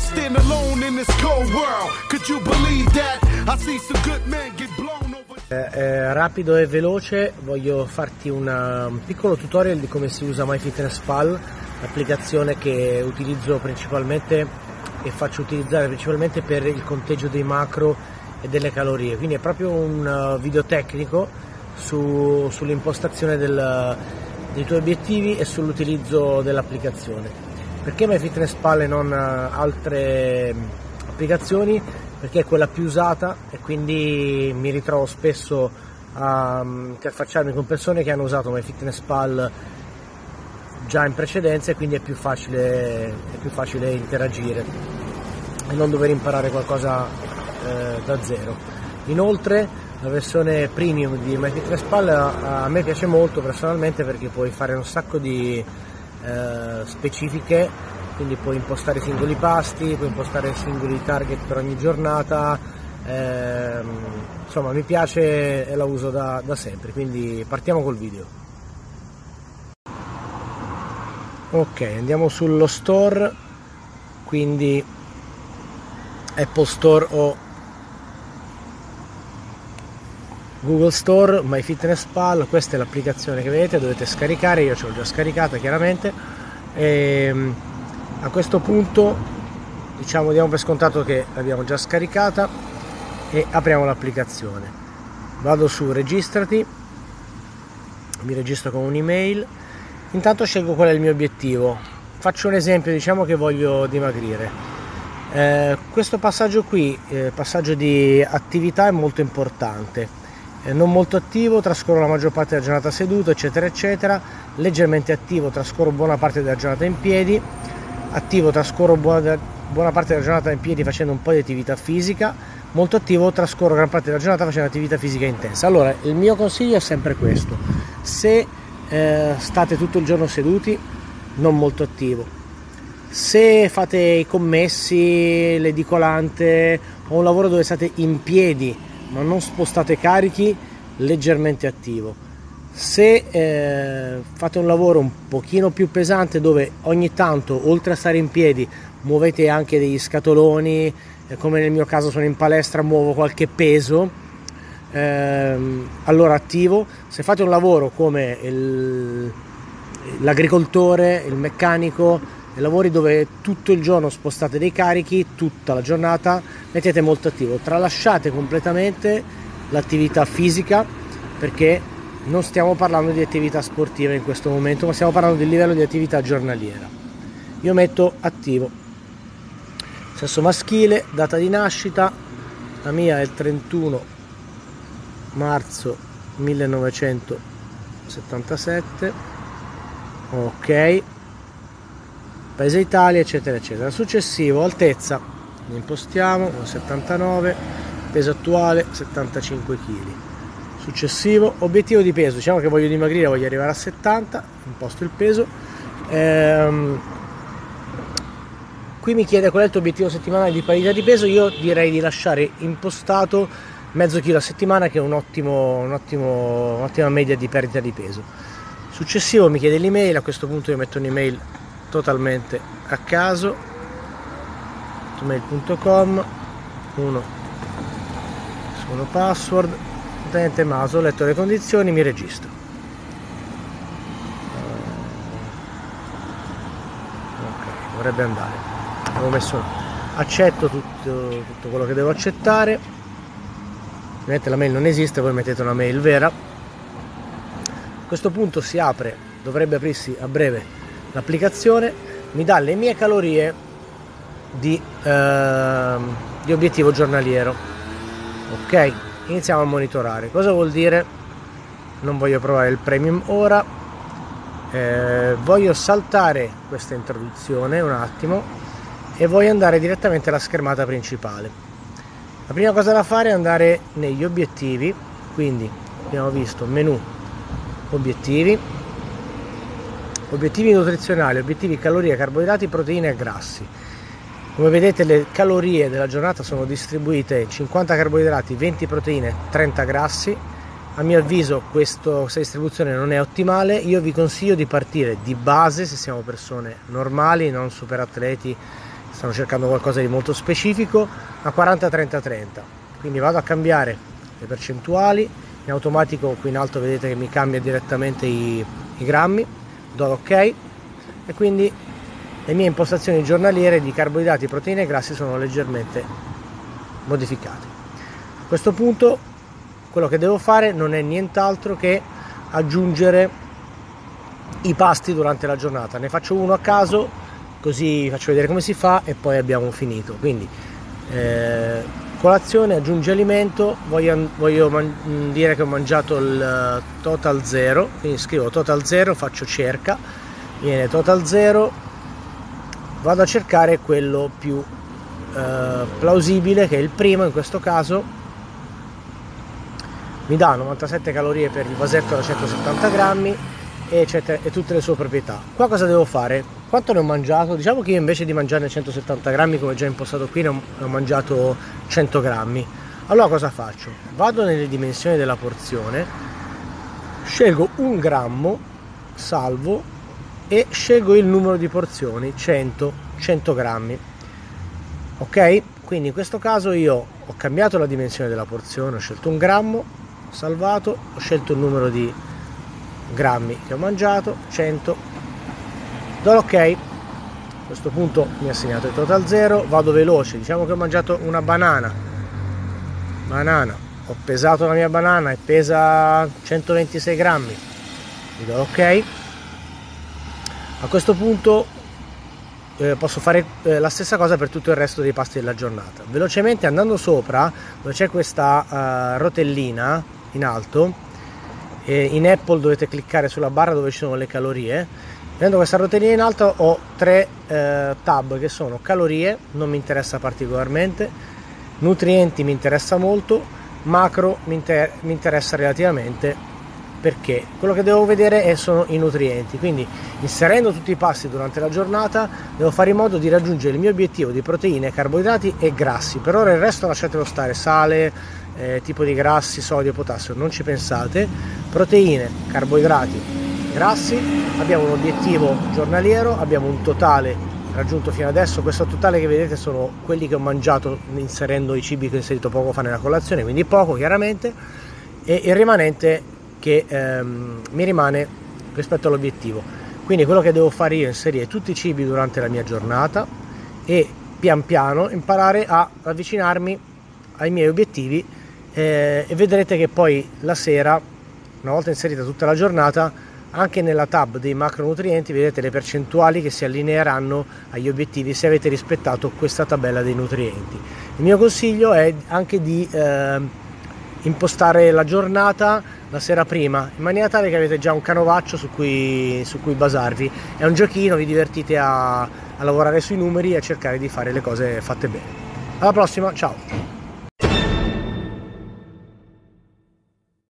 stand alone in this cold world. Could you believe that? I see some good men get blown over. Rapido e veloce, voglio farti un piccolo tutorial di come si usa MyFitnessPal, l'applicazione che utilizzo principalmente e faccio utilizzare principalmente per il conteggio dei macro e delle calorie. Quindi è proprio un video tecnico sull'impostazione dei tuoi obiettivi e sull'utilizzo dell'applicazione. Perché MyFitnessPal e non altre applicazioni? Perché è quella più usata e quindi mi ritrovo spesso a interfacciarmi con persone che hanno usato MyFitnessPal già in precedenza e quindi è più facile interagire e non dover imparare qualcosa da zero. Inoltre la versione premium di MyFitnessPal a me piace molto personalmente, perché puoi fare un sacco di specifiche, quindi puoi impostare singoli pasti, puoi impostare singoli target per ogni giornata, insomma mi piace e la uso da sempre, quindi partiamo col video. Ok, andiamo sullo store, quindi Apple Store o Google Store, MyFitnessPal. Questa è l'applicazione che vedete, dovete scaricare, io ce l'ho già scaricata chiaramente, e a questo punto diamo per scontato che l'abbiamo già scaricata e apriamo l'applicazione. Vado su registrati, mi registro con un'email, intanto scelgo qual è il mio obiettivo. Faccio un esempio, diciamo che voglio dimagrire. Questo passaggio qui, passaggio di attività, è molto importante. Non molto attivo, trascorro la maggior parte della giornata seduto, eccetera eccetera. Leggermente attivo, trascorro buona parte della giornata in piedi. Attivo, trascorro buona parte della giornata in piedi facendo un po' di attività fisica. Molto attivo, trascorro gran parte della giornata facendo attività fisica intensa. Allora, il mio consiglio è sempre questo: se state tutto il giorno seduti, non molto attivo. Se fate i commessi, l'edicolante o un lavoro dove state in piedi ma non spostate carichi, leggermente attivo. Se fate un lavoro un pochino più pesante, dove ogni tanto oltre a stare in piedi muovete anche degli scatoloni, come nel mio caso sono in palestra, muovo qualche peso, allora attivo. Se fate un lavoro come l'agricoltore, il meccanico, lavori dove tutto il giorno spostate dei carichi, tutta la giornata, mettete molto attivo. Tralasciate completamente l'attività fisica, perché non stiamo parlando di attività sportiva in questo momento, ma stiamo parlando del livello di attività giornaliera. Io metto attivo. Sesso maschile, data di nascita, la mia è il 31 marzo 1977, ok, Paese Italia, eccetera eccetera. Successivo, altezza, ne impostiamo 1,79, peso attuale 75 kg. Successivo, obiettivo di peso, diciamo che voglio dimagrire, voglio arrivare a 70, imposto il peso. Qui mi chiede qual è il tuo obiettivo settimanale di parità di peso. Io direi di lasciare impostato mezzo chilo a settimana, che è un'ottima media di perdita di peso. Successivo mi chiede l'email, a questo punto io metto un'email totalmente a caso, mail.com, solo password, utente Maso, ho letto le condizioni, mi registro. Ok, dovrebbe andare. Avevo messo accetto tutto quello che devo accettare. Ovviamente la mail non esiste, voi mettete una mail vera. A questo punto si apre, dovrebbe aprirsi a breve l'applicazione, mi dà le mie calorie di obiettivo giornaliero. Ok, iniziamo a monitorare. Cosa vuol dire? Non voglio provare il premium ora, voglio saltare questa introduzione un attimo e voglio andare direttamente alla schermata principale. La prima cosa da fare è andare negli obiettivi, quindi abbiamo visto menu obiettivi, obiettivi nutrizionali, obiettivi calorie, carboidrati, proteine e grassi. Come vedete le calorie della giornata sono distribuite 50 carboidrati, 20 proteine, 30 grassi. A mio avviso questa distribuzione non è ottimale. Io vi consiglio di partire di base, se siamo persone normali, non super atleti stanno cercando qualcosa di molto specifico, a 40-30-30. Quindi vado a cambiare le percentuali, in automatico qui in alto vedete che mi cambia direttamente i grammi, do l'ok e quindi le mie impostazioni giornaliere di carboidrati, proteine e grassi sono leggermente modificate. A questo punto quello che devo fare non è nient'altro che aggiungere i pasti durante la giornata. Ne faccio uno a caso, così faccio vedere come si fa e poi abbiamo finito. Quindi colazione, aggiungi alimento, voglio dire che ho mangiato il total 0, quindi scrivo total 0, faccio cerca, viene total 0, vado a cercare quello più plausibile, che è il primo in questo caso. Mi dà 97 calorie per il vasetto da 170 grammi eccetera, e tutte le sue proprietà. Qua cosa devo fare? Quanto ne ho mangiato? Diciamo che io invece di mangiarne 170 grammi come già impostato qui ne ho mangiato 100 grammi. Allora cosa faccio? Vado nelle dimensioni della porzione, scelgo un grammo, salvo e scelgo il numero di porzioni, 100 grammi. Ok? Quindi in questo caso io ho cambiato la dimensione della porzione, ho scelto un grammo, salvato, ho scelto il numero di grammi che ho mangiato, 100, do l'ok. A questo punto mi ha segnato il total 0, vado veloce, diciamo che ho mangiato una banana, ho pesato la mia banana e pesa 126 grammi, mi do l'ok. A questo punto posso fare la stessa cosa per tutto il resto dei pasti della giornata. Velocemente andando sopra, dove c'è questa rotellina in alto, in Apple dovete cliccare sulla barra dove ci sono le calorie. Prendo questa rotellina in alto, ho 3 tab che sono calorie, non mi interessa particolarmente, nutrienti mi interessa molto, macro mi interessa relativamente, perché quello che devo vedere sono i nutrienti. Quindi inserendo tutti i pasti durante la giornata devo fare in modo di raggiungere il mio obiettivo di proteine, carboidrati e grassi. Per ora il resto lasciatelo stare, sale, tipo di grassi, sodio, potassio, non ci pensate. Proteine, carboidrati, grassi, abbiamo un obiettivo giornaliero, abbiamo un totale raggiunto fino adesso. Questo totale che vedete sono quelli che ho mangiato inserendo i cibi che ho inserito poco fa nella colazione, quindi poco chiaramente, e il rimanente che mi rimane rispetto all'obiettivo. Quindi quello che devo fare io è inserire tutti i cibi durante la mia giornata e pian piano imparare a avvicinarmi ai miei obiettivi, e vedrete che poi la sera, una volta inserita tutta la giornata, anche nella tab dei macronutrienti vedete le percentuali che si allineeranno agli obiettivi se avete rispettato questa tabella dei nutrienti. Il mio consiglio è anche di impostare la giornata la sera prima, in maniera tale che avete già un canovaccio su cui basarvi. È un giochino, vi divertite a lavorare sui numeri e a cercare di fare le cose fatte bene. Alla prossima, ciao!